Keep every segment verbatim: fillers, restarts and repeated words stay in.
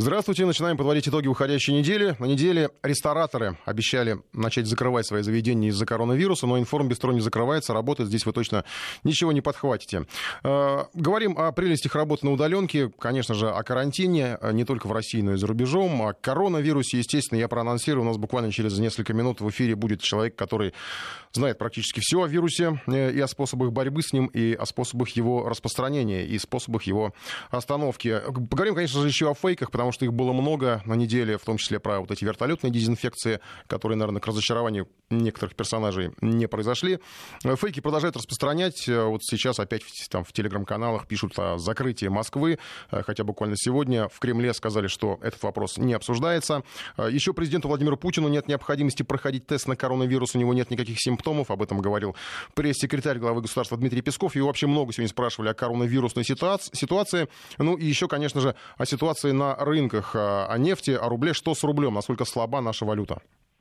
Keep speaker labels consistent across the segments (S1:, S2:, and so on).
S1: Здравствуйте. Начинаем подводить итоги уходящей недели. На неделе рестораторы обещали начать закрывать свои заведения из-за коронавируса, но информбистро не закрывается, работает. Здесь вы точно ничего не подхватите. Говорим о прелестях работы на удаленке, конечно же, о карантине, не только в России, но и за рубежом. О коронавирусе, естественно, я проанонсирую. У нас буквально через несколько минут в эфире будет человек, который знает практически все о вирусе и о способах борьбы с ним, и о способах его распространения, и способах его остановки. Поговорим, конечно же, еще о фейках, потому что их было много на неделе, в том числе про вот эти вертолетные дезинфекции, которые, наверное, к разочарованию некоторых персонажей не произошли. Фейки продолжают распространять. Вот сейчас опять там, в телеграм-каналах пишут о закрытии Москвы, хотя буквально сегодня в Кремле сказали, что этот вопрос не обсуждается. Еще президенту Владимиру Путину нет необходимости проходить тест на коронавирус, у него нет никаких симптомов, об этом говорил пресс-секретарь главы государства Дмитрий Песков. И вообще много сегодня спрашивали о коронавирусной ситуации. Ну и еще, конечно же, о ситуации на рынках, о нефти, о рубле. Что с рублем? Насколько слаба наша валюта?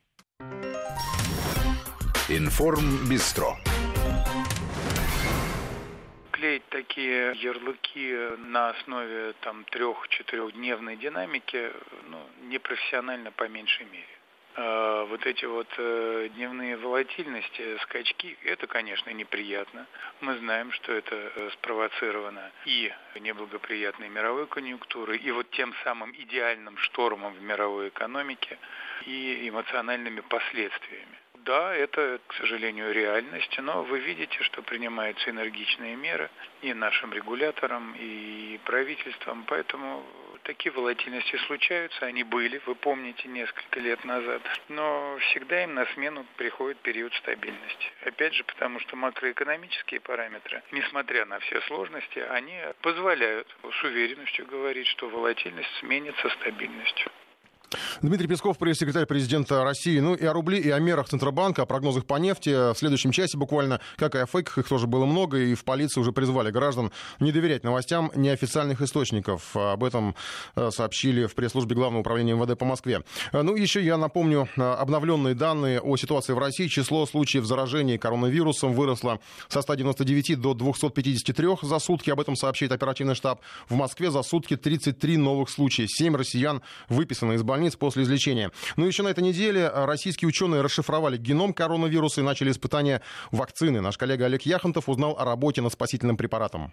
S2: Информбистро.
S3: Клеить такие ярлыки на основе там трех-четырехдневной динамики, ну, непрофессионально по меньшей мере. А вот эти вот э, дневные волатильности, скачки, это, конечно, неприятно. Мы знаем, что это э, спровоцировано и неблагоприятной мировой конъюнктурой, и вот тем самым идеальным штормом в мировой экономике, и эмоциональными последствиями. Да, это, к сожалению, реальность, но вы видите, что принимаются энергичные меры и нашим регуляторам, и правительством, поэтому такие волатильности случаются, они были, вы помните, несколько лет назад, но всегда им на смену приходит период стабильности. Опять же, потому что макроэкономические параметры, несмотря на все сложности, они позволяют с уверенностью говорить, что волатильность сменится стабильностью.
S1: Дмитрий Песков, пресс-секретарь президента России. Ну и о рубле, и о мерах Центробанка, о прогнозах по нефти. В следующем часе буквально, как и о фейках, их тоже было много, и в полиции уже призвали граждан не доверять новостям неофициальных источников. Об этом сообщили в пресс-службе Главного управления эм вэ дэ по Москве. Ну и еще я напомню обновленные данные о ситуации в России. Число случаев заражения коронавирусом выросло со ста девяноста девяти до двухсот пятидесяти трёх за сутки. Об этом сообщает оперативный штаб. В Москве за сутки тридцать три новых случая. семь россиян выписаны из больницы после излечения. Ну и еще на этой неделе российские ученые расшифровали геном коронавируса и начали испытания вакцины. Наш коллега Олег Яхонтов узнал о работе над спасительным препаратом.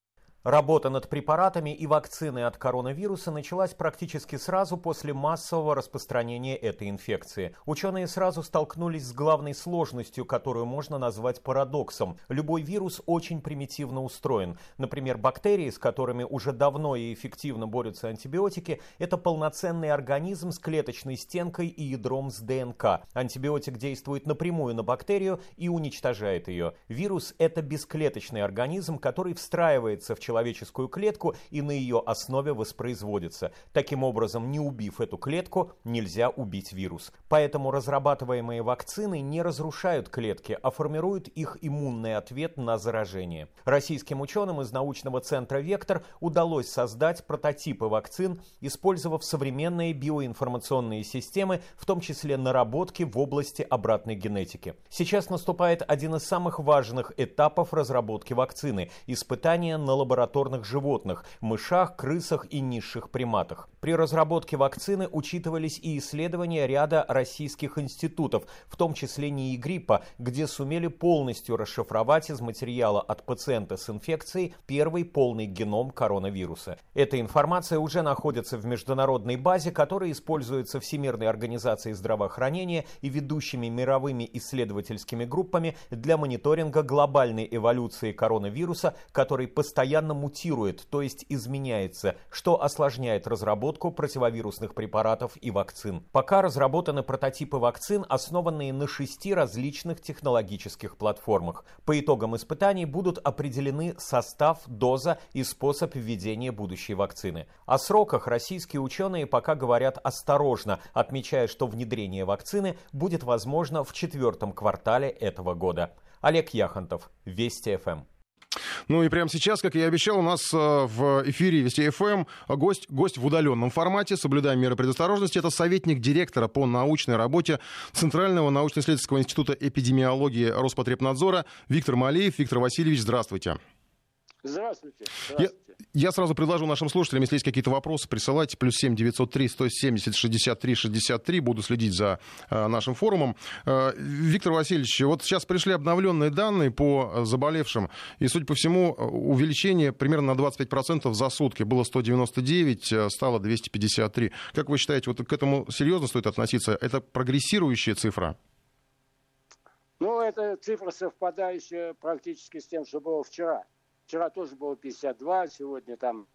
S4: Работа над препаратами и вакциной от коронавируса началась практически сразу после массового распространения этой инфекции. Ученые сразу столкнулись с главной сложностью, которую можно назвать парадоксом. Любой вирус очень примитивно устроен. Например, бактерии, с которыми уже давно и эффективно борются антибиотики, это полноценный организм с клеточной стенкой и ядром с дэ эн ка. Антибиотик действует напрямую на бактерию и уничтожает ее. Вирус – это бесклеточный организм, который встраивается в человека человеческую клетку и на ее основе воспроизводится. Таким образом, не убив эту клетку, нельзя убить вирус. Поэтому разрабатываемые вакцины не разрушают клетки, а формируют их иммунный ответ на заражение. Российским ученым из научного центра «Вектор» удалось создать прототипы вакцин, использовав современные биоинформационные системы, в том числе наработки в области обратной генетики. Сейчас наступает один из самых важных этапов разработки вакцины – испытания на лаборатории лабораторных животных, мышах, крысах и низших приматах. При разработке вакцины учитывались и исследования ряда российских институтов, в том числе НИИ гриппа, где сумели полностью расшифровать из материала от пациента с инфекцией первый полный геном коронавируса. Эта информация уже находится в международной базе, которая используется Всемирной организацией здравоохранения и ведущими мировыми исследовательскими группами для мониторинга глобальной эволюции коронавируса, который постоянно мутирует, то есть изменяется, что осложняет разработку противовирусных препаратов и вакцин. Пока разработаны прототипы вакцин, основанные на шести различных технологических платформах. По итогам испытаний будут определены состав, доза и способ введения будущей вакцины. О сроках российские ученые пока говорят осторожно, отмечая, что внедрение вакцины будет возможно в четвертом квартале этого года. Олег Яхонтов, Вести эф эм.
S1: Ну и прямо сейчас, как я и обещал, у нас в эфире Вести эф эм гость, гость в удаленном формате, соблюдаем меры предосторожности. Это советник директора по научной работе Центрального научно-исследовательского института эпидемиологии Роспотребнадзора Виктор Малеев. Виктор Васильевич, здравствуйте.
S5: Здравствуйте. Здравствуйте.
S1: Я, я сразу предложу нашим слушателям, если есть какие-то вопросы, присылайте. Плюс семь девятьсот три сто семьдесят шестьдесят три шестьдесят три. Буду следить за э, нашим форумом. Э, Виктор Васильевич, вот сейчас пришли обновленные данные по заболевшим. И, судя по всему, увеличение примерно на двадцать пять процентов за сутки. Было сто девяносто девять, стало двести пятьдесят три. Как вы считаете, вот к этому серьезно стоит относиться? Это прогрессирующая цифра?
S5: Ну, это цифра, совпадающая практически с тем, что было вчера. Вчера тоже было пятьдесят два, сегодня там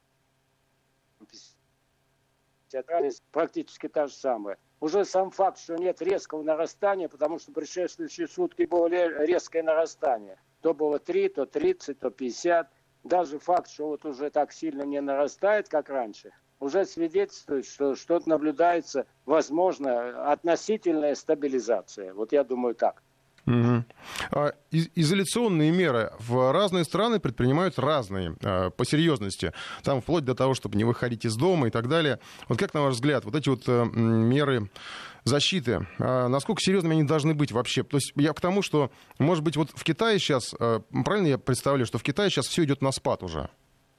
S5: пятьдесят два, практически та же самая. Уже сам факт, что нет резкого нарастания, потому что предшествующие сутки было резкое нарастание. То было три, то тридцать, то пятьдесят. Даже факт, что вот уже так сильно не нарастает, как раньше, уже свидетельствует, что что-то наблюдается, возможно, относительная стабилизация. Вот я думаю так.
S1: Угу. А, из- изоляционные меры в разные страны предпринимают разные а, по серьезности. Там вплоть до того, чтобы не выходить из дома и так далее. Вот как, на ваш взгляд, вот эти вот а, меры защиты, а, насколько серьезными они должны быть вообще? То есть я к тому, что, может быть, вот в Китае сейчас, а, правильно я представляю, что в Китае сейчас все идет на спад уже?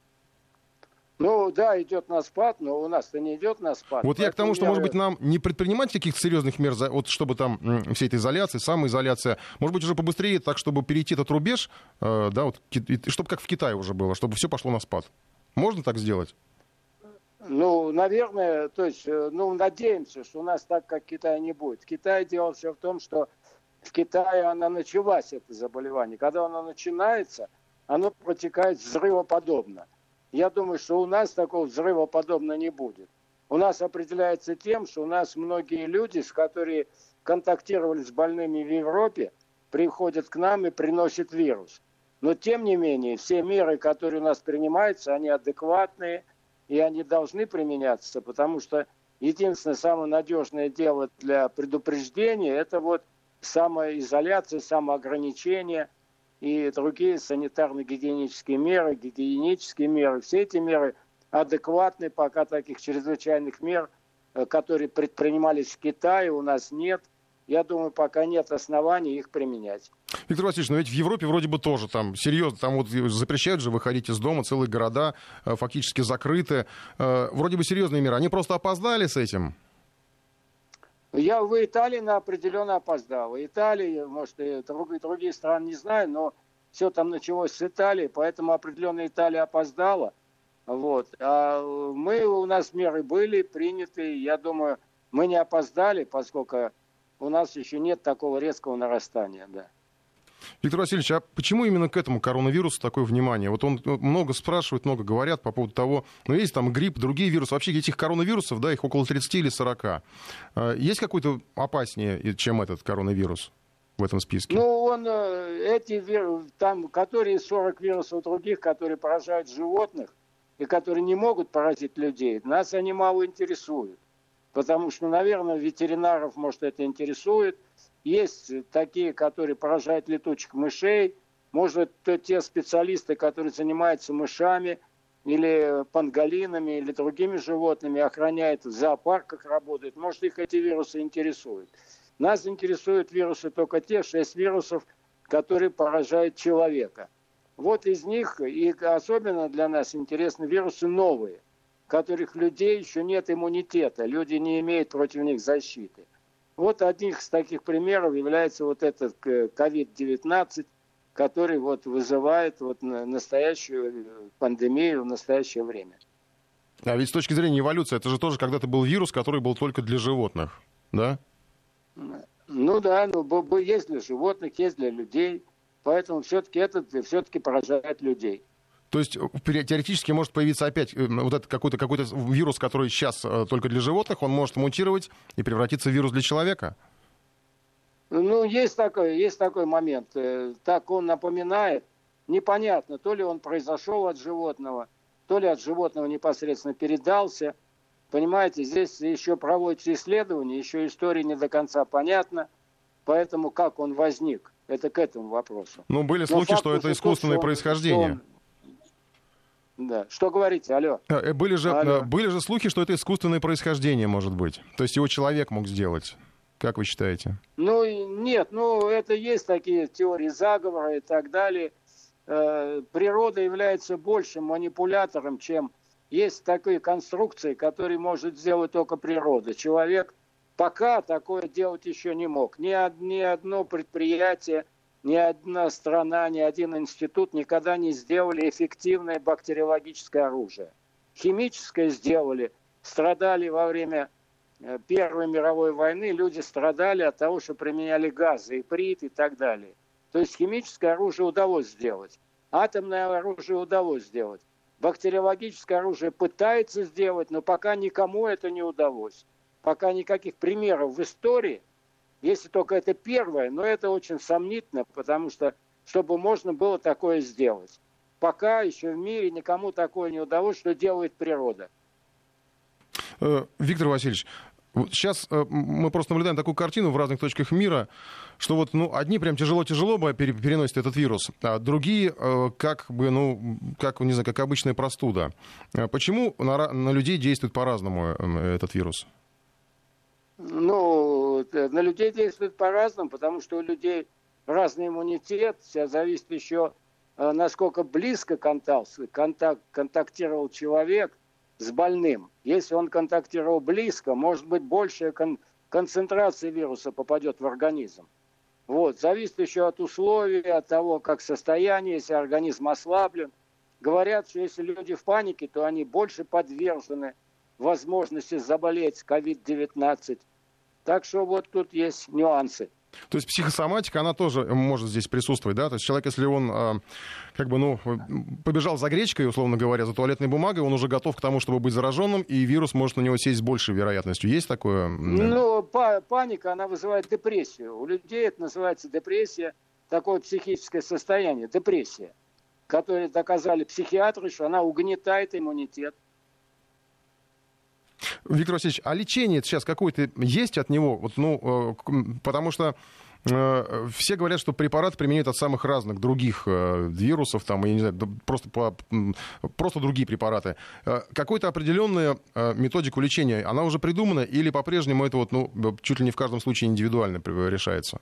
S5: Ну да, идет на спад, но у нас-то не идет на спад.
S1: Вот я к тому, что,
S5: меры...
S1: может быть, нам не предпринимать каких-то серьезных мер, вот чтобы там м, вся эта изоляция, самоизоляция, может быть, уже побыстрее, так, чтобы перейти этот рубеж, э, да, вот, и, чтобы как в Китае уже было, чтобы все пошло на спад. Можно так сделать?
S5: Ну, наверное, то есть, ну, надеемся, что у нас так, как в Китае, не будет. В Китае дело все в том, что в Китае она началась, это заболевание. Когда оно начинается, оно протекает взрывоподобно. Я думаю, что у нас такого взрыва подобно не будет. У нас определяется тем, что у нас многие люди, с которые контактировали с больными в Европе, приходят к нам и приносят вирус. Но тем не менее, все меры, которые у нас принимаются, они адекватные, и они должны применяться, потому что единственное самое надежное дело для предупреждения – это вот самоизоляция, самоограничение и другие санитарно-гигиенические меры, гигиенические меры. Все эти меры адекватны, пока таких чрезвычайных мер, которые предпринимались в Китае, у нас нет. Я думаю, пока нет оснований их применять.
S1: Виктор Васильевич, но ведь в Европе вроде бы тоже там серьезно, там вот запрещают же выходить из дома, целые города э, фактически закрыты. Э, вроде бы серьезные меры. Они просто опоздали с этим?
S5: Я в Италии на определенно опоздал. Италия, может, и другие, другие страны не знаю, но все там началось с Италии, поэтому определенно Италия опоздала. Вот. А мы, у нас меры были приняты, я думаю, мы не опоздали, поскольку у нас еще нет такого резкого нарастания, да.
S1: Виктор Васильевич, а почему именно к этому коронавирусу такое внимание? Вот он много спрашивает, много говорят по поводу того, ну, есть там грипп, другие вирусы. Вообще этих коронавирусов, да, их около тридцати или сорока. Есть какой-то опаснее, чем этот коронавирус в этом списке?
S5: Ну, он, эти вирусы, там, которые сорок вирусов других, которые поражают животных и которые не могут поразить людей, нас они мало интересуют. Потому что, наверное, ветеринаров, может, это интересует. Есть такие, которые поражают летучих мышей. Может, те специалисты, которые занимаются мышами или панголинами, или другими животными, охраняют в зоопарках, работают. Может, их эти вирусы интересуют. Нас интересуют вирусы только те, шесть вирусов, которые поражают человека. Вот из них, и особенно для нас интересны вирусы новые, которых людей еще нет иммунитета, люди не имеют против них защиты. Вот одним из таких примеров является вот этот ковид девятнадцать, который вот вызывает вот настоящую пандемию в настоящее время.
S1: А ведь с точки зрения эволюции, это же тоже когда-то был вирус, который был только для животных, да?
S5: Ну да, ну, есть для животных, есть для людей, поэтому все-таки этот все-таки поражает людей.
S1: То есть теоретически может появиться опять вот этот какой-то, какой-то вирус, который сейчас только для животных, он может мутировать и превратиться в вирус для человека?
S5: Ну, есть такой, есть такой момент. Так он напоминает. Непонятно, то ли он произошел от животного, то ли от животного непосредственно передался. Понимаете, здесь еще проводятся исследования, еще история не до конца понятна. Поэтому как он возник, это к этому вопросу.
S1: Ну, были слухи, что это искусственное
S5: то, что
S1: происхождение.
S5: Он... Да. Что говорите, алло?
S1: Были же,
S5: алло.
S1: были же слухи, что это искусственное происхождение может быть. То есть его человек мог сделать. Как вы считаете?
S5: Ну, нет, ну, это есть такие теории заговора и так далее. э, природа является большим манипулятором, чем есть такие конструкции, которые может сделать только природа. Человек пока такое делать еще не мог. Ни, од, ни одно предприятие, ни одна страна, ни один институт никогда не сделали эффективное бактериологическое оружие. Химическое сделали. Страдали во время Первой мировой войны, люди страдали от того, что применяли газы, иприт и так далее. То есть химическое оружие удалось сделать. Атомное оружие удалось сделать. Бактериологическое оружие пытается сделать, но пока никому это не удалось. Пока никаких примеров в истории, если только это первое, но это очень сомнительно, потому что, чтобы можно было такое сделать. Пока еще в мире никому такое не удалось, что делает природа.
S1: Виктор Васильевич, сейчас мы просто наблюдаем такую картину в разных точках мира, что вот, ну, одни прям тяжело-тяжело бы переносят этот вирус, а другие как бы, ну, как, не знаю, как обычная простуда. Почему на, на людей действует по-разному этот вирус?
S5: Ну, на людей действует по-разному, потому что у людей разный иммунитет, все зависит еще, насколько близко контакт, контакт, контактировал человек с больным. Если он контактировал близко, может быть, большая кон- концентрация вируса попадет в организм. Вот. Зависит еще от условий, от того, как состояние, если организм ослаблен. Говорят, что если люди в панике, то они больше подвержены возможности заболеть ковид девятнадцать. Так что вот тут есть нюансы.
S1: То есть психосоматика, она тоже может здесь присутствовать, да? То есть человек, если он э, как бы, ну, побежал за гречкой, условно говоря, за туалетной бумагой, он уже готов к тому, чтобы быть зараженным, и вирус может на него сесть с большей вероятностью. Есть такое?
S5: Ну, па- паника, она вызывает депрессию. У людей это называется депрессия, такое психическое состояние, депрессия, которое доказали психиатры, что она угнетает иммунитет.
S1: Виктор Васильевич, а лечение сейчас какое-то есть от него? Вот, ну, э, потому что э, все говорят, что препарат применяют от самых разных других э, вирусов, там, я не знаю, просто, по, просто другие препараты. Э, какой-то определенная э, методику лечения, она уже придумана или по-прежнему это вот, ну, чуть ли не в каждом случае индивидуально решается?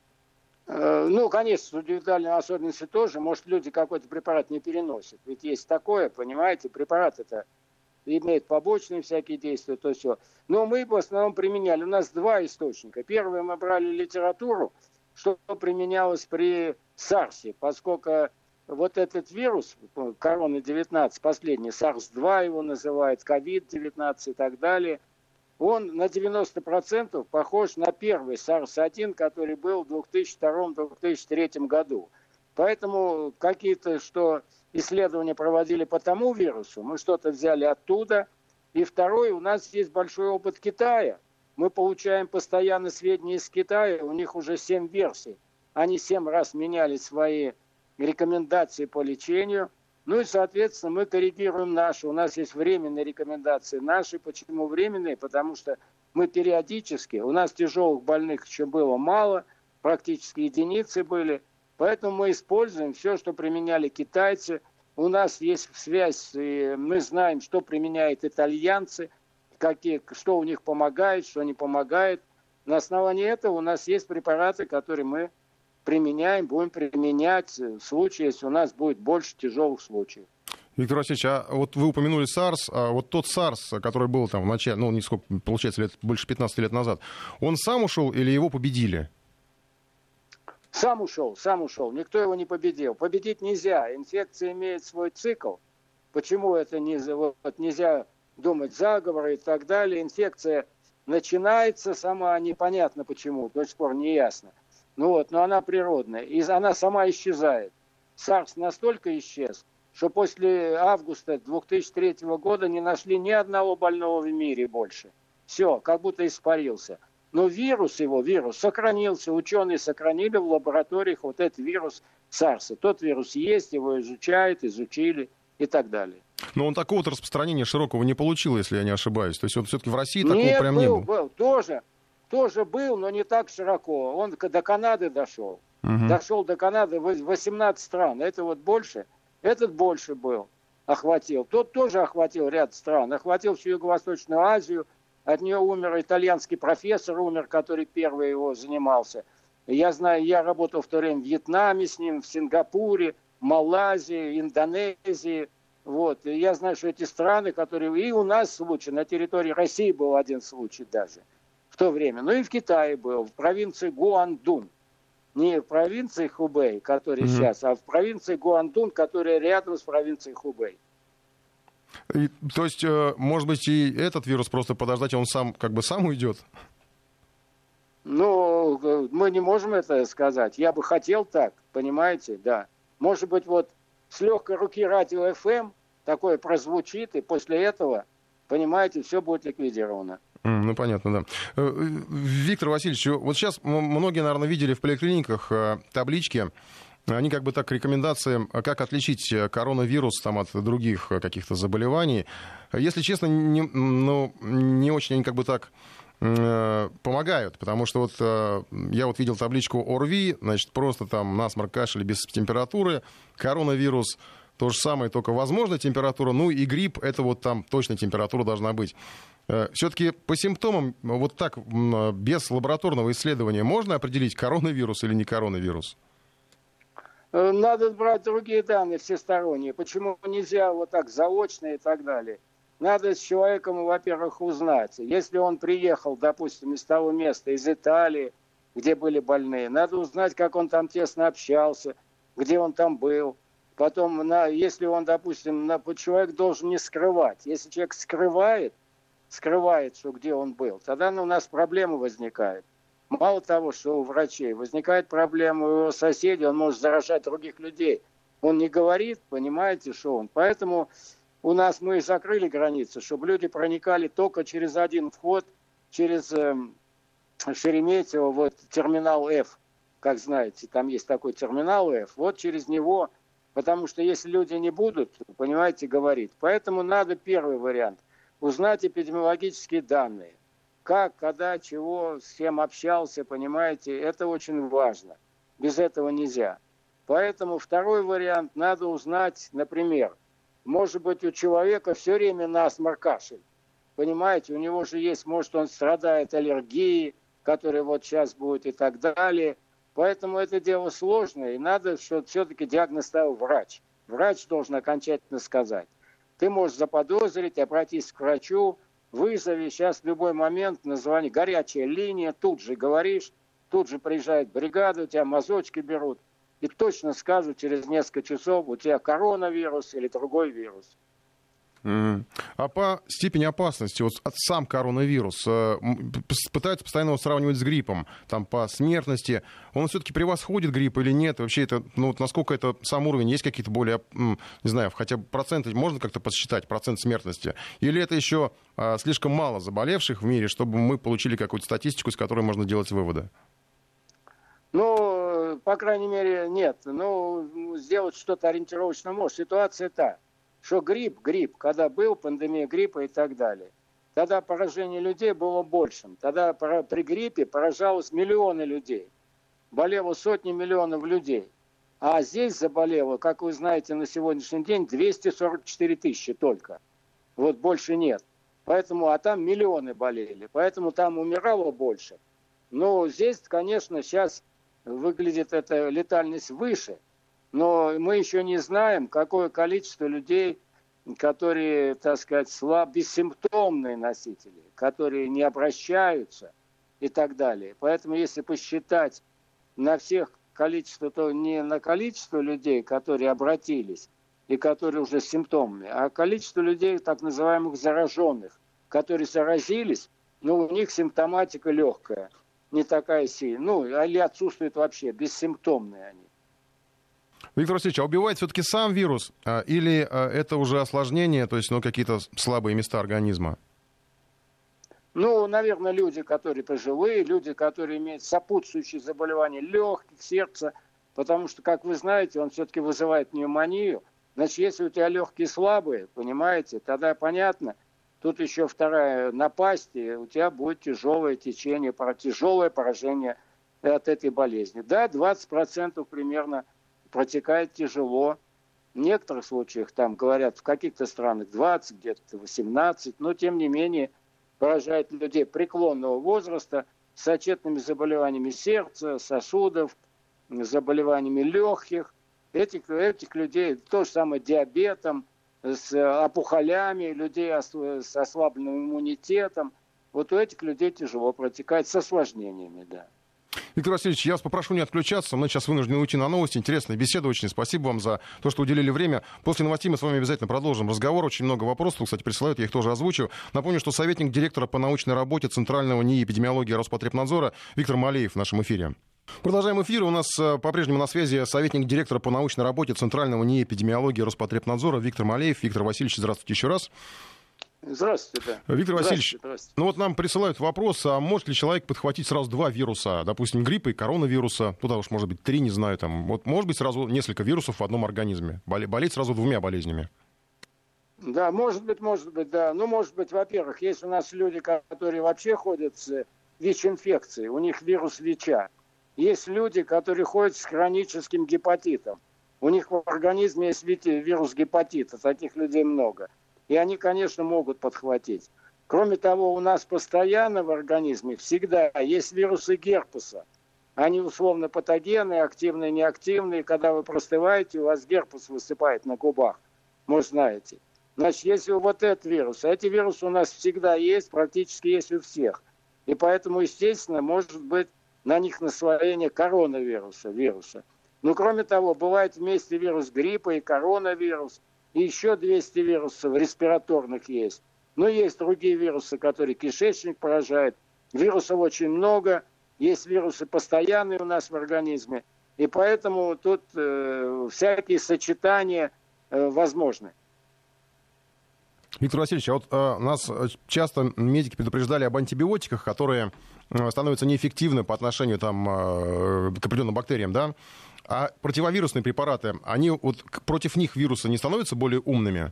S5: Э, ну, конечно, индивидуальные особенности тоже. Может, люди какой-то препарат не переносят. Ведь есть такое, понимаете, препарат это имеет побочные всякие действия, то все. Но мы в основном применяли. У нас два источника. Первое, мы брали литературу, что применялось при сарсе, поскольку вот этот вирус, корона девятнадцать, последний, сарс два его называют, ковид девятнадцать и так далее, он на девяносто процентов похож на первый сарс один, который был в две тысячи втором - две тысячи третьем году. Поэтому какие-то, что исследования проводили по тому вирусу, мы что-то взяли оттуда. И второй, у нас есть большой опыт Китая. Мы получаем постоянно сведения из Китая, у них уже семь версий. Они семь раз меняли свои рекомендации по лечению. Ну и, соответственно, мы корректируем наши. У нас есть временные рекомендации наши. Почему временные? Потому что мы периодически, у нас тяжелых больных еще было мало, практически единицы были. Поэтому мы используем все, что применяли китайцы. У нас есть связь, и мы знаем, что применяют итальянцы, какие, что у них помогает, что не помогает. На основании этого у нас есть препараты, которые мы применяем, будем применять в случае, если у нас будет больше тяжелых случаев.
S1: Виктор Васильевич, а вот вы упомянули сарс, а вот тот сарс, который был там в начале, ну, не сколько, получается, лет, больше пятнадцати лет назад, он сам ушел или его победили?
S5: Сам ушел, сам ушел. Никто его не победил. Победить нельзя. Инфекция имеет свой цикл. Почему это не, вот, нельзя думать заговоры и так далее? Инфекция начинается сама, непонятно почему, до сих пор не ясно. Ну вот, но она природная. И она сама исчезает. сарс настолько исчез, что после августа две тысячи третьего года не нашли ни одного больного в мире больше. Все, как будто испарился. Но вирус его, вирус сохранился, ученые сохранили в лабораториях вот этот вирус сарса. Тот вирус есть, его изучают, изучили и так далее.
S1: Но он такого-то распространения широкого не получил, если я не ошибаюсь. То есть он все-таки в России такого
S5: Нет,
S1: прям
S5: был,
S1: не было.
S5: был, тоже, тоже был, но не так широко. Он до Канады дошел.
S1: Угу.
S5: Дошел до Канады, восемнадцать стран. Это вот больше, этот больше был, охватил. Тот тоже охватил ряд стран. Охватил всю Юго-Восточную Азию. От нее умер итальянский профессор, умер, который первый его занимался. Я знаю, я работал в то время в Вьетнаме с ним, в Сингапуре, Малайзии, Индонезии. Вот. И я знаю, что эти страны, которые... И у нас случай, на территории России был один случай даже в то время. Ну и в Китае был, в провинции Гуандун. Не в провинции Хубэй, которая mm-hmm. сейчас, а в провинции Гуандун, которая рядом с провинцией Хубэй.
S1: И, то есть, может быть, и этот вирус просто подождать, он сам как бы сам уйдет?
S5: Ну, мы не можем это сказать. Я бы хотел так, понимаете, да. Может быть, вот с легкой руки радио эф эм такое прозвучит, и после этого, понимаете, все будет ликвидировано.
S1: Ну, понятно, да. Виктор Васильевич, вот сейчас многие, наверное, видели в поликлиниках таблички, они как бы так рекомендации, как отличить коронавирус там, от других каких-то заболеваний. Если честно, не, ну, не очень они как бы так помогают, потому что вот я вот видел табличку ОРВИ, значит, просто там насморк, кашель без температуры, коронавирус то же самое, только возможная температура, ну и грипп, это вот там точно температура должна быть. Все-таки по симптомам, вот так, без лабораторного исследования, можно определить, коронавирус или не коронавирус?
S5: Надо брать другие данные всесторонние. Почему нельзя вот так заочно и так далее? Надо с человеком, во-первых, узнать. Если он приехал, допустим, из того места, из Италии, где были больные, надо узнать, как он там тесно общался, где он там был. Потом, на, если он, допустим, на, человек должен не скрывать. Если человек скрывает, скрывает, что где он был, тогда ну, у нас проблема возникает. Мало того, что у врачей возникает проблема, у его соседей, он может заражать других людей. Он не говорит, понимаете, что он. Поэтому у нас мы закрыли границы, чтобы люди проникали только через один вход, через э, Шереметьево, вот терминал F, как знаете, там есть такой терминал F, вот через него, потому что если люди не будут, понимаете, говорить. Поэтому надо первый вариант – узнать эпидемиологические данные. Как, когда, чего, с кем общался, понимаете, это очень важно. Без этого нельзя. Поэтому второй вариант, надо узнать, например, может быть, у человека все время насморк, кашель. Понимаете, у него же есть, может, он страдает аллергией, которая вот сейчас будет и так далее. Поэтому это дело сложное, и надо, чтобы все-таки диагноз ставил врач. Врач должен окончательно сказать. Ты можешь заподозрить, обратись к врачу, вызови, сейчас в любой момент название, горячая линия, тут же говоришь, тут же приезжает бригада, у тебя мазочки берут, и точно скажут через несколько часов, у тебя коронавирус или другой вирус.
S1: Mm. А по степени опасности, вот сам коронавирус, э, пытаются постоянно его сравнивать с гриппом, там по смертности, он все-таки превосходит грипп или нет? Вообще это, ну вот насколько это сам уровень, есть какие-то более, не знаю, хотя бы проценты, можно как-то подсчитать, процент смертности? Или это еще э, слишком мало заболевших в мире, чтобы мы получили какую-то статистику, из которой можно делать выводы?
S5: Ну, по крайней мере, нет. Ну, сделать что-то ориентировочно может. Ситуация та, что грипп, грипп, когда был пандемия гриппа и так далее, тогда поражение людей было большим. Тогда при гриппе поражалось миллионы людей. Болело сотни миллионов людей. А здесь заболело, как вы знаете, на сегодняшний день двести сорок четыре тысячи только. Вот больше нет. Поэтому, а там миллионы болели. Поэтому там умирало больше. Но здесь, конечно, сейчас выглядит эта летальность выше. Но мы еще не знаем, какое количество людей, которые, так сказать, слаб, бессимптомные носители, которые не обращаются и так далее. Поэтому если посчитать на всех количество, то не на количество людей, которые обратились и которые уже симптомные, а количество людей, так называемых зараженных, которые заразились, но у них симптоматика легкая, не такая сильная, ну, или отсутствует вообще, бессимптомные они.
S1: Виктор Васильевич, а убивает все-таки сам вирус или это уже осложнение, то есть ну, какие-то слабые места организма?
S5: Ну, наверное, люди, которые пожилые, люди, которые имеют сопутствующие заболевания легких, сердца, потому что, как вы знаете, он все-таки вызывает пневмонию. Значит, если у тебя легкие слабые, понимаете, тогда понятно, тут еще вторая напасть, и у тебя будет тяжелое течение, тяжелое поражение от этой болезни. Да, двадцать процентов примерно протекает тяжело. В некоторых случаях, там говорят, в каких-то странах двадцать, где-то восемнадцать, но тем не менее поражает людей преклонного возраста с сочетанными заболеваниями сердца, сосудов, заболеваниями легких. Этих, этих людей, то же самое диабетом, с опухолями, людей с ослабленным иммунитетом. Вот у этих людей тяжело протекает, с осложнениями, да.
S1: Виктор Васильевич, я вас попрошу не отключаться. Мы сейчас вынуждены уйти на новости. Интересная беседа очень. Спасибо вам за то, что уделили время. После новостей мы с вами обязательно продолжим разговор. Очень много вопросов, кстати, присылают, я их тоже озвучу. Напомню, что советник директора по научной работе Центрального НИИ эпидемиологии Роспотребнадзора Виктор Малеев в нашем эфире. Продолжаем эфир. У нас по-прежнему на связи советник директора по научной работе Центрального НИИ эпидемиологии Роспотребнадзора Виктор Малеев. Виктор Васильевич, здравствуйте еще раз.
S5: Здравствуйте.
S1: Да. Виктор Васильевич,
S5: здравствуйте, здравствуйте.
S1: ну вот нам присылают вопрос, а может ли человек подхватить сразу два вируса, допустим, гриппа и коронавируса, ну, уж может быть три, не знаю, там, вот может быть сразу несколько вирусов в одном организме, болеть сразу двумя болезнями?
S5: Да, может быть, может быть, да. Ну, может быть, во-первых, есть у нас люди, которые вообще ходят с ВИЧ-инфекцией, у них вирус ВИЧа. Есть люди, которые ходят с хроническим гепатитом. У них в организме есть вирус гепатита, таких людей много. И они, конечно, могут подхватить. Кроме того, у нас постоянно в организме всегда есть вирусы герпеса. Они условно патогенные, активные, неактивные. Когда вы простываете, у вас герпес высыпает на губах. Может, знаете. Значит, если вот этот вирус, эти вирусы у нас всегда есть, практически есть у всех. И поэтому, естественно, может быть на них наслоение коронавируса, вируса. Но кроме того, бывает вместе вирус гриппа и коронавирус, и еще двести вирусов респираторных есть. Но есть другие вирусы, которые кишечник поражают. Вирусов очень много, есть вирусы постоянные у нас в организме, и поэтому тут э, всякие сочетания э, возможны.
S1: Виктор Васильевич, а вот э, нас часто медики предупреждали об антибиотиках, которые э, становятся неэффективны по отношению там, э, к определенным бактериям, да? А противовирусные препараты, они вот против них вирусы не становятся более умными?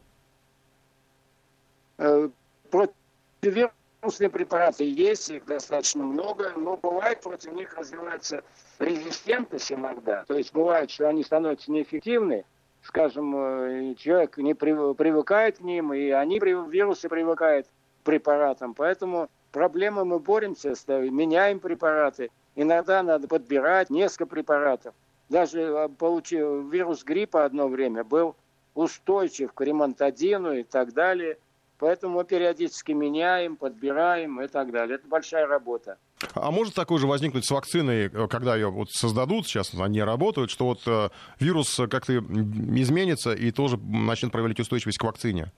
S5: Э, противовирусные препараты есть, их достаточно много, но бывает против них развивается резистентность иногда. То есть бывает, что они становятся неэффективны. Скажем, человек не привыкает к ним, и они, вирусы, привыкают к препаратам. Поэтому проблемы мы боремся, меняем препараты. Иногда надо подбирать несколько препаратов. Даже получив вирус гриппа одно время был устойчив к ремонтадину и так далее. Поэтому мы периодически меняем, подбираем и так далее. Это большая работа.
S1: А может такое же возникнуть с вакциной, когда ее вот создадут, сейчас они работают, что вот э, вирус как-то изменится и тоже начнет проявлять устойчивость к вакцине?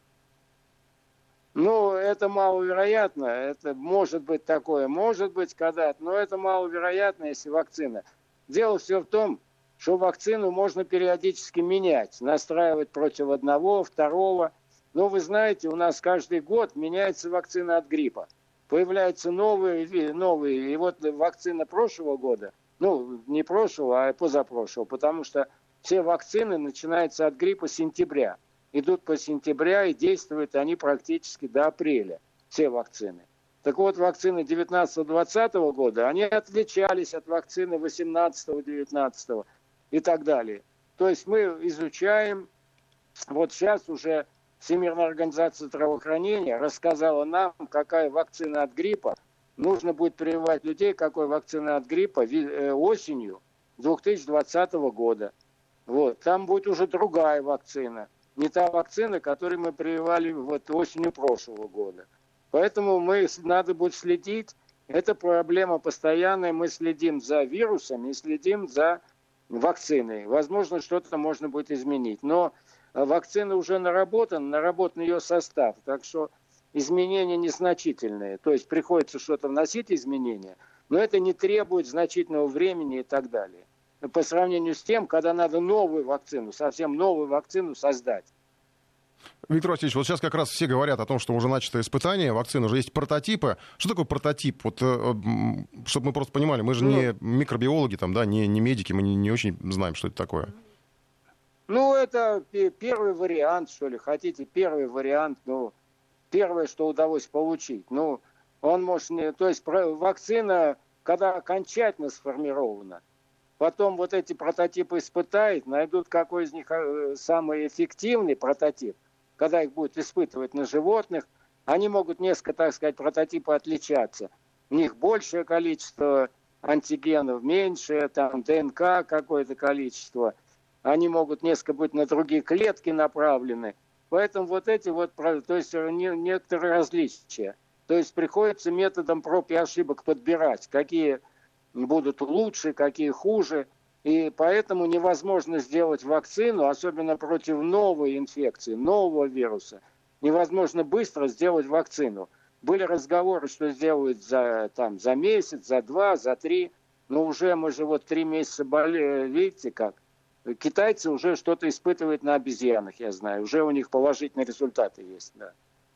S5: Ну, это маловероятно. Это может быть такое, может быть когда-то, но это маловероятно, если вакцина. Дело все в том, что вакцину можно периодически менять, настраивать против одного, второго. Но вы знаете, у нас каждый год меняется вакцина от гриппа. Появляются новые, новые. И вот вакцина прошлого года, ну, не прошлого, а позапрошлого, потому что все вакцины начинаются от гриппа с сентября. Идут по сентября и действуют они практически до апреля, все вакцины. Так вот, вакцины девятнадцатого-двадцатого года, они отличались от вакцины восемнадцатого-девятнадцатого и так далее. То есть мы изучаем, вот сейчас уже Всемирная организация здравоохранения рассказала нам, какая вакцина от гриппа. Нужно будет прививать людей, какой вакцина от гриппа осенью две тысячи двадцатого года. Вот. Там будет уже другая вакцина. Не та вакцина, которую мы прививали вот осенью прошлого года. Поэтому мы, надо будет следить. Это проблема постоянная. Мы следим за вирусами и следим за вакциной. Возможно, что-то можно будет изменить. Но вакцина уже наработана, наработан ее состав. Так что изменения незначительные. То есть приходится что-то вносить изменения, но это не требует значительного времени и так далее. По сравнению с тем, когда надо новую вакцину, совсем новую вакцину создать.
S1: Виктор Васильевич, вот сейчас как раз все говорят о том, что уже начато испытание вакцин, уже есть прототипы. Что такое прототип? Вот, чтобы мы просто понимали, мы же ну, не микробиологи, там, да, не, не медики, мы не, не очень знаем, что это такое.
S5: Ну, это первый вариант, что ли, хотите, первый вариант, ну, первое, что удалось получить. Ну, он может не... То есть вакцина, когда окончательно сформирована, потом вот эти прототипы испытают, найдут, какой из них самый эффективный прототип. Когда их будут испытывать на животных, они могут несколько, так сказать, прототипов отличаться. У них большее количество антигенов, меньшее, там ДНК какое-то количество. они могут несколько быть на другие клетки направлены. Поэтому вот эти вот, то есть некоторые различия. То есть приходится методом проб и ошибок подбирать, какие будут лучше, какие хуже. И поэтому невозможно сделать вакцину, особенно против новой инфекции, нового вируса. Невозможно быстро сделать вакцину. Были разговоры, что сделают за, там, за месяц, за два, за три. Но уже мы же вот три месяца болели, видите как. Китайцы уже что-то испытывают на обезьянах, я знаю. Уже у них положительные результаты есть, да.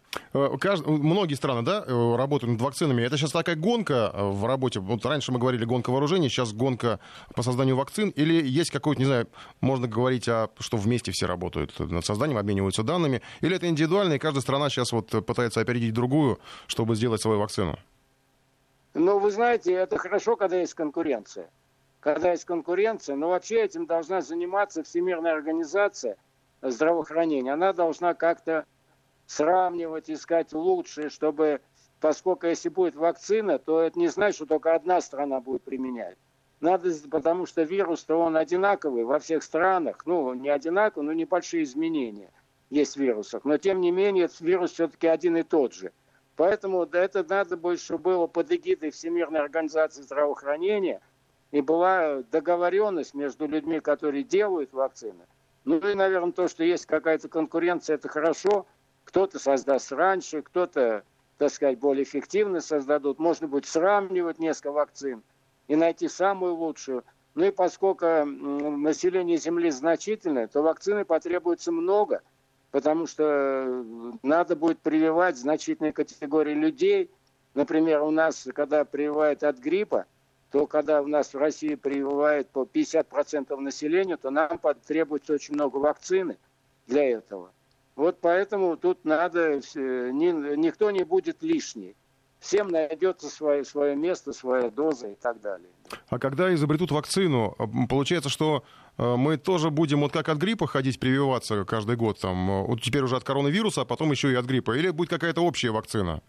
S1: Многие страны, да, работают над вакцинами. Это сейчас такая гонка в работе. Вот раньше мы говорили гонка вооружений, сейчас гонка по созданию вакцин. Или есть какой-то, не знаю, можно говорить, о, что вместе все работают над созданием, обмениваются данными. Или это индивидуально, и каждая страна сейчас вот пытается опередить другую, чтобы сделать свою вакцину?
S5: Ну, вы знаете, это хорошо, когда есть конкуренция. Когда есть конкуренция, но вообще этим должна заниматься Всемирная организация здравоохранения. Она должна как-то сравнивать, искать лучшее, чтобы, поскольку если будет вакцина, то это не значит, что только одна страна будет применять. Надо, потому что вирус-то он одинаковый во всех странах. Ну, не одинаковый, но небольшие изменения есть в вирусах. Но, тем не менее, этот вирус все-таки один и тот же. Поэтому это надо будет, чтобы было под эгидой Всемирной организации здравоохранения, и была договоренность между людьми, которые делают вакцины. Ну и, наверное, то, что есть какая-то конкуренция, это хорошо. Кто-то создаст раньше, кто-то, так сказать, более эффективно создадут. Можно будет сравнивать несколько вакцин и найти самую лучшую. Ну и поскольку население Земли значительное, то вакцины потребуется много, потому что надо будет прививать значительные категории людей. Например, у нас, когда прививают от гриппа, то когда у нас в России прививают по пятьдесят процентов населения, то нам потребуется очень много вакцины для этого. Вот поэтому тут надо, никто не будет лишний. Всем найдется свое, свое место, своя доза и так далее.
S1: А когда изобретут вакцину, получается, что мы тоже будем вот как от гриппа ходить прививаться каждый год, там, вот теперь уже от коронавируса, а потом еще и от гриппа, или будет какая-то общая вакцина?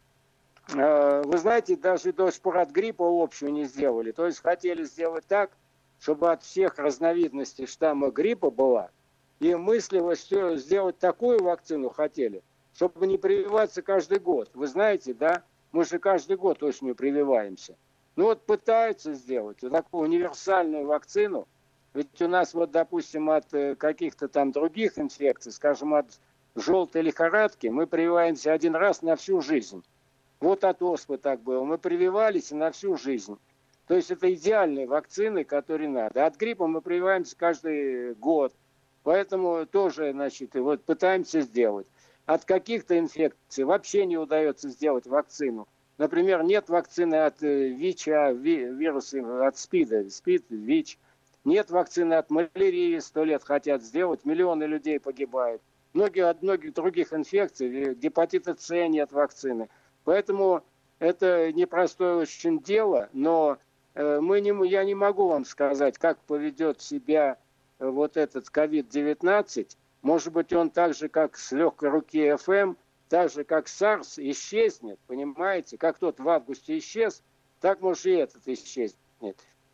S5: Вы знаете, даже до сих пор от гриппа общую не сделали. То есть хотели сделать так, чтобы от всех разновидностей штамма гриппа была. И мыслилось все сделать такую вакцину хотели, чтобы не прививаться каждый год. Вы знаете, да? Мы же каждый год осенью прививаемся. Ну вот пытаются сделать вот такую универсальную вакцину. Ведь у нас вот, допустим, от каких-то там других инфекций, скажем, от желтой лихорадки, мы прививаемся один раз на всю жизнь. Вот от оспы так было. Мы прививались на всю жизнь. То есть это идеальные вакцины, которые надо. От гриппа мы прививаемся каждый год. Поэтому тоже, значит, вот пытаемся сделать. От каких-то инфекций вообще не удается сделать вакцину. Например, нет вакцины от ВИЧа, вируса, от СПИДа, СПИД, ВИЧ. Нет вакцины от малярии, сто лет хотят сделать, миллионы людей погибают. Многие от многих других инфекций, гепатита С нет вакцины. Поэтому это непростое очень дело, но мы не, я не могу вам сказать, как поведет себя вот этот ковид девятнадцать. Может быть, он так же, как с легкой руки эф эм, так же, как SARS, исчезнет, понимаете? Как тот в августе исчез, так, может, и этот исчезнет.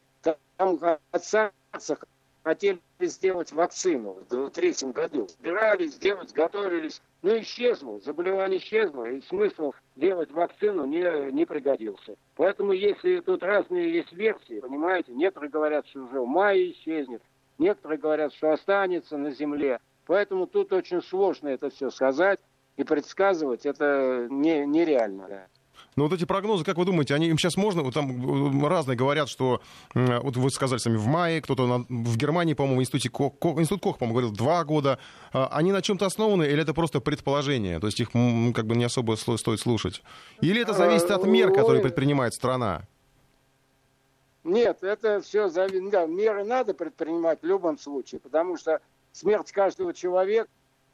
S5: Там от SARS хотели сделать вакцину в две тысячи третьем году. Собирались сделать, готовились. Ну, исчезло, заболевание исчезло, и смысл делать вакцину не, не пригодился. Поэтому, если тут разные есть версии, понимаете, некоторые говорят, что уже в мае исчезнет, некоторые говорят, что останется на земле. Поэтому тут очень сложно это все сказать и предсказывать, это не, нереально.
S1: Но вот эти прогнозы, как вы думаете, они, им сейчас можно, вот там разные говорят, что, вот вы сказали сами, в мае, кто-то на, в Германии, по-моему, институте Ко, Ко, институт Кох, по-моему, говорил, два года. Они на чем-то основаны или это просто предположение? То есть их как бы не особо стоит слушать? Или это зависит от мер, которые предпринимает страна?
S5: Нет, это все зависит. Да, меры надо предпринимать в любом случае, потому что смерть каждого человека,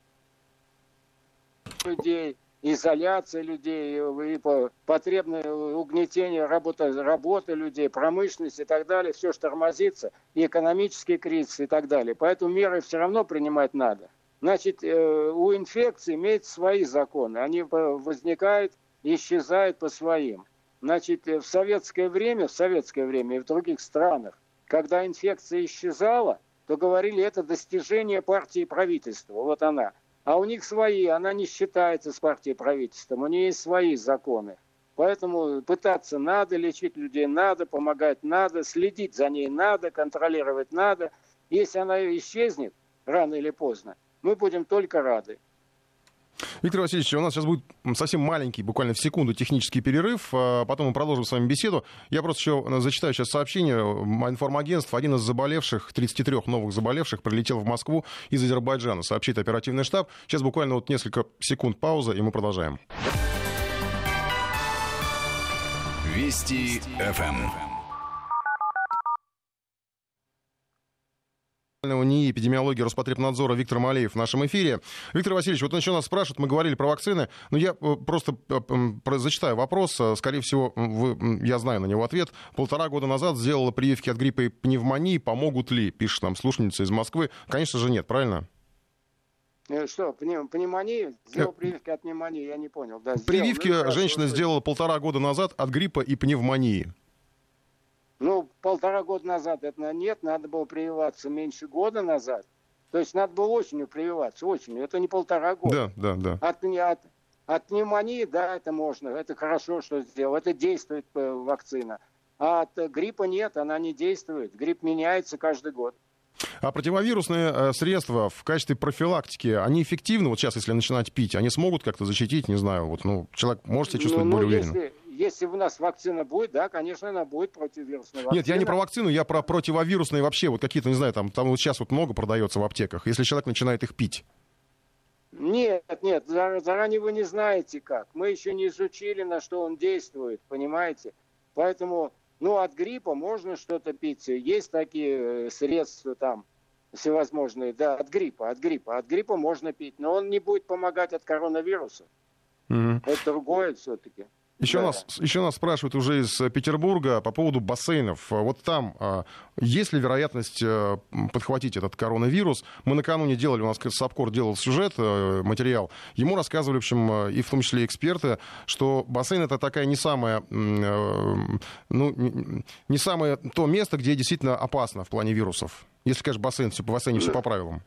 S5: людей, изоляция людей, и потребное угнетение работы, работы людей, промышленность и так далее, все что тормозится, и экономический кризис и так далее. Поэтому меры все равно принимать надо. Значит, у инфекции имеются свои законы. Они возникают и исчезают по своим. Значит, в советское время, в советское время и в других странах, когда инфекция исчезала, то говорили, это достижение партии и правительства. Вот она. А у них свои, она не считается с партией и правительством, у нее есть свои законы. Поэтому пытаться надо, лечить людей надо, помогать надо, следить за ней надо, контролировать надо. Если она исчезнет, рано или поздно, мы будем только рады.
S1: Виктор Васильевич, у нас сейчас будет совсем маленький, буквально в секунду, технический перерыв. Потом мы продолжим с вами беседу. Я просто еще зачитаю сейчас сообщение информагентств. Один из заболевших, тридцати трёх новых заболевших, прилетел в Москву из Азербайджана, сообщит оперативный штаб. Сейчас буквально вот несколько секунд пауза, и мы продолжаем.
S2: Вести эф эм.
S1: НИИ эпидемиологии Роспотребнадзора Виктор Малеев в нашем эфире. Виктор Васильевич, вот он еще нас спрашивает, мы говорили про вакцины, но я просто зачитаю вопрос, скорее всего, вы, я знаю на него ответ. Полтора года назад сделала прививки от гриппа и пневмонии, помогут ли, пишет нам слушательница из Москвы. Конечно же нет, правильно?
S5: Что, пневмонии? Сделал прививки от пневмонии, я не понял. Да,
S1: прививки
S5: ну,
S1: женщина сделала полтора года назад от гриппа и пневмонии.
S5: Ну, полтора года назад это нет, надо было прививаться меньше года назад. То есть надо было осенью прививаться, осенью. Это не полтора года.
S1: Да, да, да.
S5: От, от, от пневмонии, да, это можно, это хорошо, что сделал, это действует вакцина. А от гриппа нет, она не действует. Грипп меняется каждый год.
S1: А противовирусные средства в качестве профилактики, они эффективны? Вот сейчас, если начинать пить, они смогут как-то защитить, не знаю, вот, ну, человек может себя чувствовать ну, более
S5: если,
S1: уверенно?
S5: Если у нас вакцина будет, да, конечно, она будет противовирусная вакцина.
S1: Нет, я не про вакцину, я про противовирусные вообще, вот какие-то, не знаю, там, там вот сейчас вот много продается в аптеках, если человек начинает их пить.
S5: Нет, нет, заранее вы не знаете как. Мы еще не изучили, на что он действует, понимаете? Поэтому... Ну, от гриппа можно что-то пить. Есть такие средства там всевозможные. Да, от гриппа, от гриппа. От гриппа можно пить, но он не будет помогать от коронавируса. Mm-hmm. Это другое все-таки.
S1: Еще, да. нас, еще нас спрашивают уже из Петербурга по поводу бассейнов. Вот там а, есть ли вероятность а, подхватить этот коронавирус? Мы накануне делали, у нас САПКОР делал сюжет, а, материал. Ему рассказывали, в общем, и в том числе эксперты, что бассейн — это такая не самая, а, ну, не самое то место, где действительно опасно в плане вирусов. Если, конечно, бассейн, все, в бассейне все по правилам.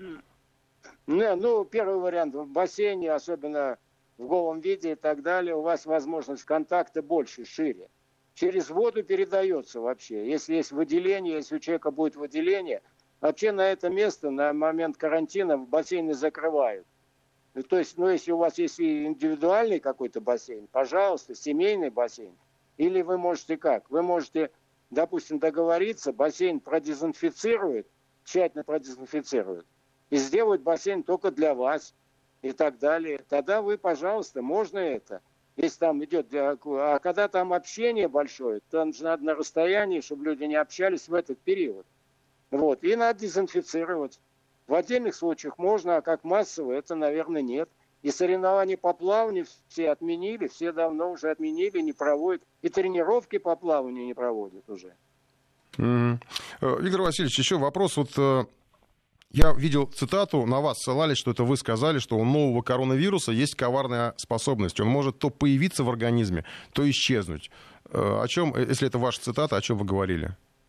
S5: Не, ну, первый вариант. В бассейне, особенно... в голом виде и так далее, у вас возможность контакта больше, шире. Через воду передается вообще. Если есть выделение, если у человека будет выделение, вообще на это место на момент карантина бассейны закрывают. То есть, ну, если у вас есть индивидуальный какой-то бассейн, пожалуйста, семейный бассейн. Или вы можете как? Вы можете, допустим, договориться, бассейн продезинфицирует, тщательно продезинфицирует, и сделают бассейн только для вас. И так далее. Тогда вы, пожалуйста, можно это. Если там идет... А когда там общение большое, там же надо на расстоянии, чтобы люди не общались в этот период. Вот. И надо дезинфицировать. В отдельных случаях можно, а как массово, это, наверное, нет. И соревнования по плаванию все отменили, все давно уже отменили, не проводят. И тренировки по плаванию не проводят уже.
S1: Mm-hmm. Виктор Васильевич, еще вопрос. Вот... Я видел цитату, на вас ссылались, что это вы сказали, что у нового коронавируса есть коварная способность. Он может то появиться в организме, то исчезнуть. О чем, если это ваша цитата, о чем вы говорили?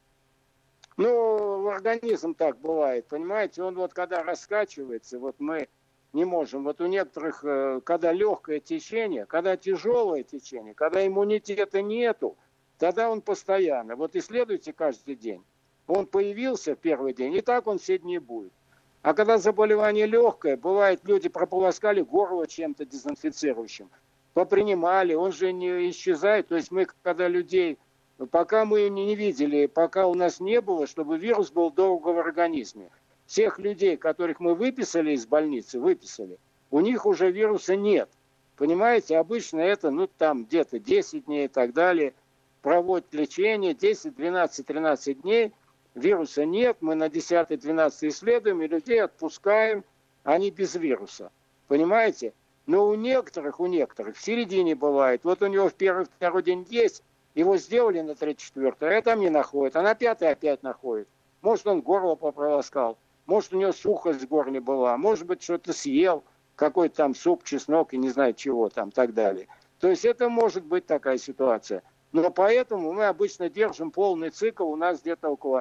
S5: Ну, организм так бывает, понимаете? Он вот когда раскачивается, вот мы не можем. Вот у некоторых, когда легкое течение, когда тяжелое течение, когда иммунитета нету, тогда он постоянно. Вот исследуйте каждый день. Он появился в первый день, и так он все дни будет. А когда заболевание легкое, бывает, люди прополоскали горло чем-то дезинфицирующим, попринимали, он же не исчезает. То есть мы, когда людей, пока мы не видели, пока у нас не было, чтобы вирус был долго в организме. Всех людей, которых мы выписали из больницы, выписали, у них уже вируса нет. Понимаете, обычно это, ну, там где-то десять дней и так далее, проводят лечение, десять, двенадцать, тринадцать дней, вируса нет, мы на десятый-двенадцатый исследуем, и людей отпускаем, они без вируса. Понимаете? Но у некоторых, у некоторых в середине бывает. Вот у него в первый-второй день есть, его сделали на тридцать четвёртый, а там не находит, а на пятый опять находит. Может, он горло пополоскал, может, у него сухость в горле была, может быть, что-то съел, какой-то там суп, чеснок и не знаю чего там, так далее. То есть это может быть такая ситуация. Но поэтому мы обычно держим полный цикл, у нас где-то около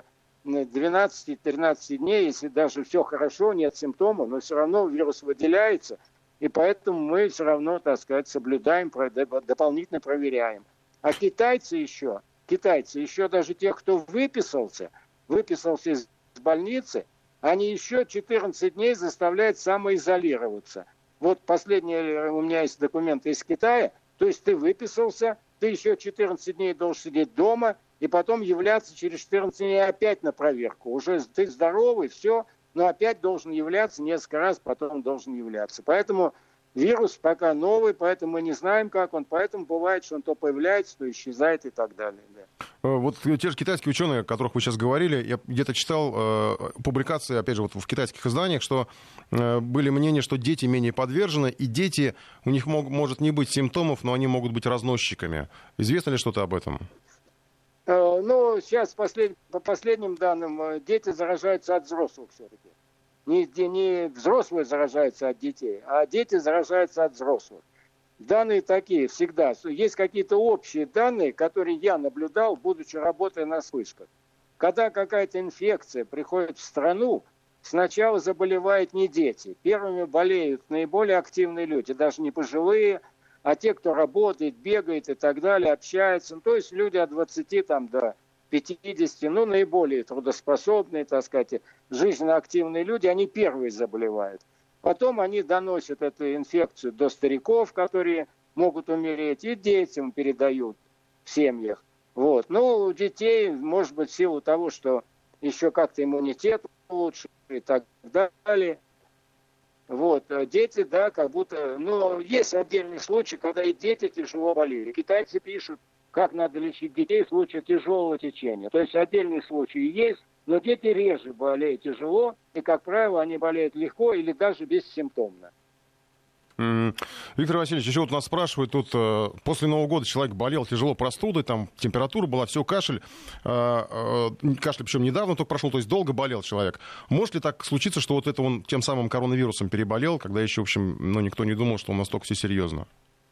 S5: двенадцати-тринадцати дней, если даже все хорошо, нет симптомов, но все равно вирус выделяется, и поэтому мы все равно, так сказать, соблюдаем, дополнительно проверяем. А китайцы еще, китайцы еще даже тех, кто выписался, выписался из больницы, они еще четырнадцать дней заставляют самоизолироваться. Вот последние у меня есть документы из Китая, то есть ты выписался, ты еще четырнадцать дней должен сидеть дома, и потом являться через четырнадцать дней опять на проверку. Уже ты здоровый, все, но опять должен являться несколько раз, потом должен являться. Поэтому вирус пока новый, поэтому мы не знаем, как он. Поэтому бывает, что он то появляется, то исчезает и так далее. Да.
S1: Вот те же китайские ученые, о которых вы сейчас говорили, я где-то читал э, публикации, опять же, вот в китайских изданиях, что э, были мнения, что дети менее подвержены, и дети, у них мог, может не быть симптомов, но они могут быть разносчиками. Известно ли что-то об этом?
S5: Ну, сейчас послед... по последним данным дети заражаются от взрослых все-таки. Не, не взрослые заражаются от детей, а дети заражаются от взрослых. Данные такие всегда. Есть какие-то общие данные, которые я наблюдал, будучи работая на вспышках. Когда какая-то инфекция приходит в страну, сначала заболевают не дети. Первыми болеют наиболее активные люди, даже не пожилые, а те, кто работает, бегает и так далее, общается. Ну, то есть люди от двадцати там, до пятидесяти, ну, наиболее трудоспособные, так сказать, жизненно активные люди, они первые заболевают. Потом они доносят эту инфекцию до стариков, которые могут умереть, и детям передают в семьях. Вот. Ну, у детей, может быть, в силу того, что еще как-то иммунитет лучше и так далее. Вот, дети, да, как будто, но есть отдельные случаи, когда и дети тяжело болели. Китайцы пишут, как надо лечить детей в случае тяжелого течения. То есть отдельные случаи есть, но дети реже болеют тяжело, и, как правило, они болеют легко или даже бессимптомно.
S1: Mm-hmm. Виктор Васильевич, еще вот нас спрашивают, тут э, после Нового года человек болел тяжело простудой, там температура была, все, кашель, э, э, кашель причем недавно только прошел, то есть долго болел человек. Может ли так случиться, что вот это он тем самым коронавирусом переболел, когда еще, в общем, ну, никто не думал, что у нас настолько все серьезно?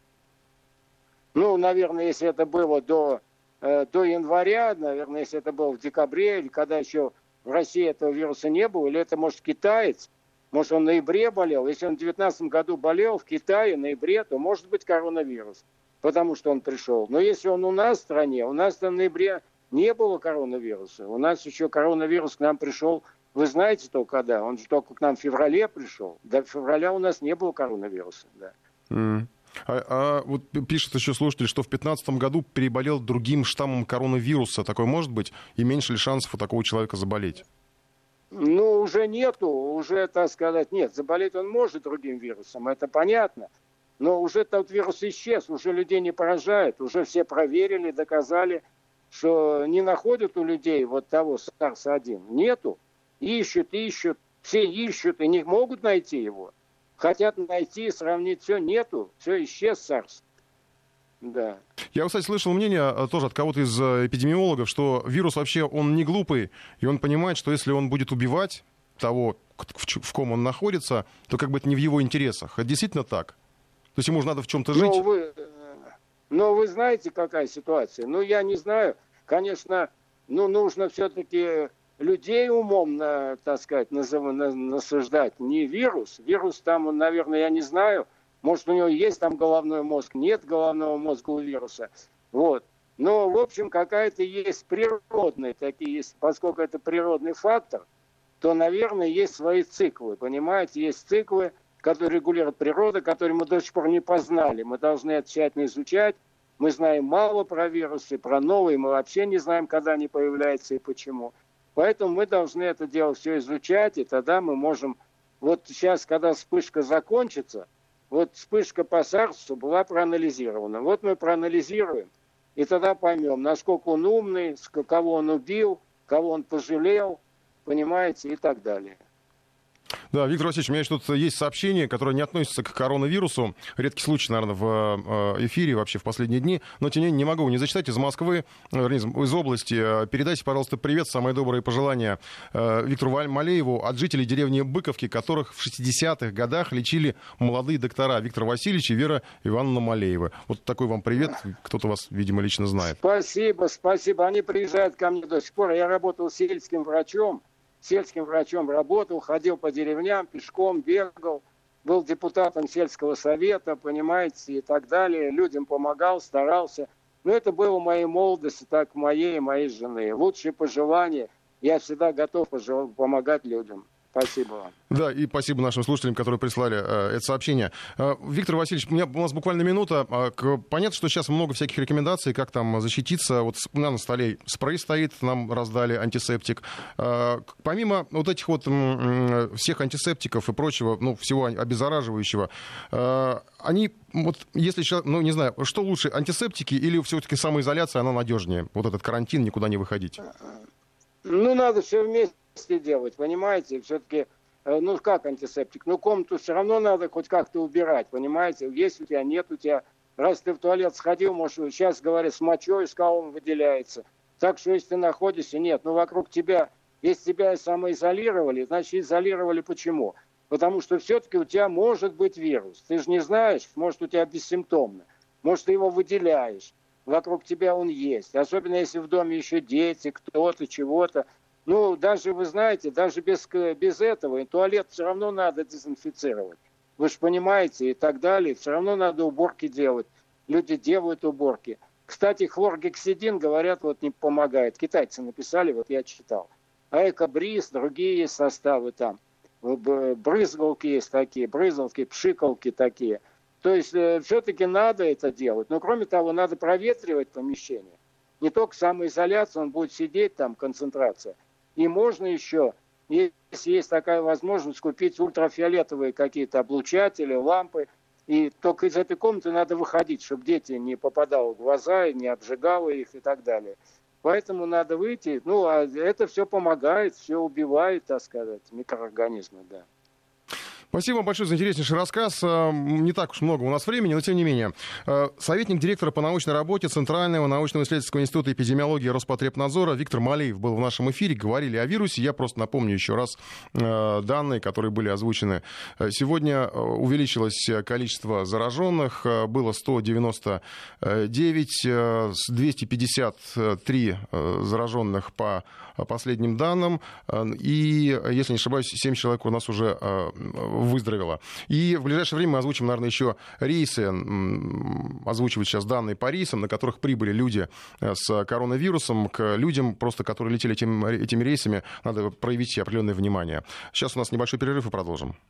S5: Ну, наверное, если это было до, э, до января, наверное, если это было в декабре, или когда еще в России этого вируса не было, или это, может, китаец, может, он в ноябре болел. Если он в две тысячи девятнадцатом году болел в Китае в ноябре, то может быть коронавирус, потому что он пришел. Но если он у нас в стране, у нас в ноябре не было коронавируса. У нас еще коронавирус к нам пришел, вы знаете только когда? Он же только к нам в феврале пришел. До февраля у нас не было коронавируса. Да.
S1: Mm. А, а вот пишет еще слушатель, что в две тысячи пятнадцатом году переболел другим штаммом коронавируса. Такое может быть? И меньше ли шансов у такого человека заболеть?
S5: Ну, уже нету, уже, так сказать, нет, заболеть он может другим вирусом, это понятно, но уже тот вирус исчез, уже людей не поражает, уже все проверили, доказали, что не находят у людей вот того SARS один, нету, ищут, ищут, все ищут и не могут найти его, хотят найти, сравнить, все, нету, все, исчез SARS. Да.
S1: Я, кстати, слышал мнение тоже от кого-то из эпидемиологов, что вирус вообще, он не глупый, и он понимает, что если он будет убивать того, в ком он находится, то как бы это не в его интересах. Это действительно так? То есть ему же надо в чем-то жить?
S5: Но вы, но вы знаете, какая ситуация? Ну, я не знаю. Конечно, ну, нужно все-таки людей умом, так сказать, насаждать. Не вирус. Вирус там, наверное, я не знаю. Может, у него есть там головной мозг, нет головного мозга у вируса. Вот. Но, в общем, какая-то есть природные такие, есть, поскольку это природный фактор, то, наверное, есть свои циклы, понимаете? Есть циклы, которые регулирует природа, которые мы до сих пор не познали. Мы должны это тщательно изучать. Мы знаем мало про вирусы, про новые, мы вообще не знаем, когда они появляются и почему. Поэтому мы должны это дело все изучать, и тогда мы можем... Вот сейчас, когда вспышка закончится, вот вспышка по SARS была проанализирована. Вот мы проанализируем, и тогда поймем, насколько он умный, кого он убил, кого он пожалел, понимаете, и так далее.
S1: Да, Виктор Васильевич, у меня тут есть сообщение, которое не относится к коронавирусу. Редкий случай, наверное, в эфире вообще в последние дни. Но тем не менее не могу не зачитать. Из Москвы, вернее, из области. Передайте, пожалуйста, привет, самые добрые пожелания Виктору Малееву от жителей деревни Быковки, которых в шестидесятых годах лечили молодые доктора Виктор Васильевич и Вера Ивановна Малеева. Вот такой вам привет. Кто-то вас, видимо, лично знает.
S5: Спасибо, спасибо. Они приезжают ко мне до сих пор. Я работал сельским врачом. Сельским врачом работал, ходил по деревням, пешком бегал, был депутатом сельского совета, понимаете, и так далее. Людям помогал, старался. Но это было в моей молодости, так моей и моей жены. Лучшие пожелания. Я всегда готов пожел- помогать людям. Спасибо вам.
S1: Да, и спасибо нашим слушателям, которые прислали э, это сообщение. Э, Виктор Васильевич, у, меня, у нас буквально минута. Э, к, понятно, что сейчас много всяких рекомендаций, как там защититься. Вот у меня на столе спрей стоит, нам раздали антисептик. Э, помимо вот этих вот м, всех антисептиков и прочего, ну, всего обеззараживающего, э, они, вот если сейчас, ну, не знаю, что лучше, антисептики или все-таки самоизоляция, она надежнее? Вот этот карантин, никуда не выходить.
S5: Ну, надо все вместе делать, понимаете, все-таки, ну как антисептик, ну комнату все равно надо хоть как-то убирать, понимаете, есть у тебя, нет у тебя, раз ты в туалет сходил, может, сейчас, говорят, с мочой, с калом выделяется, так что если ты находишься, нет, ну вокруг тебя, если тебя самоизолировали, значит изолировали почему? Потому что все-таки у тебя может быть вирус, ты же не знаешь, может у тебя бессимптомно, может ты его выделяешь, вокруг тебя он есть, особенно если в доме еще дети, кто-то, чего-то. Ну, даже, вы знаете, даже без, без этого, и туалет все равно надо дезинфицировать. Вы же понимаете, и так далее. Все равно надо уборки делать. Люди делают уборки. Кстати, хлоргексидин, говорят, вот не помогает. Китайцы написали, вот я читал. А экобриз, другие есть составы там. Брызгалки есть такие, брызгалки, пшикалки такие. То есть э, все-таки надо это делать. Но кроме того, надо проветривать помещение. Не только самоизоляция, он будет сидеть там, концентрация. И можно еще, если есть такая возможность, купить ультрафиолетовые какие-то облучатели, лампы. И только из этой комнаты надо выходить, чтобы дети не попадало в глаза, не обжигало их и так далее. Поэтому надо выйти. Ну, а это все помогает, все убивает, так сказать, микроорганизмы, да.
S1: Спасибо вам большое за интереснейший рассказ. Не так уж много у нас времени, но тем не менее. Советник директора по научной работе Центрального научно-исследовательского института эпидемиологии Роспотребнадзора Виктор Малеев был в нашем эфире. Говорили о вирусе. Я просто напомню еще раз данные, которые были озвучены. Сегодня увеличилось количество зараженных. Было сто девяносто девять, двести пятьдесят три зараженных по последним данным. И, если не ошибаюсь, семь человек у нас уже выздоровело. И в ближайшее время мы озвучим, наверное, еще рейсы, озвучивать сейчас данные по рейсам, на которых прибыли люди с коронавирусом. К людям, просто которые летели этим, этими рейсами, надо проявить определенное внимание. Сейчас у нас небольшой перерыв и продолжим.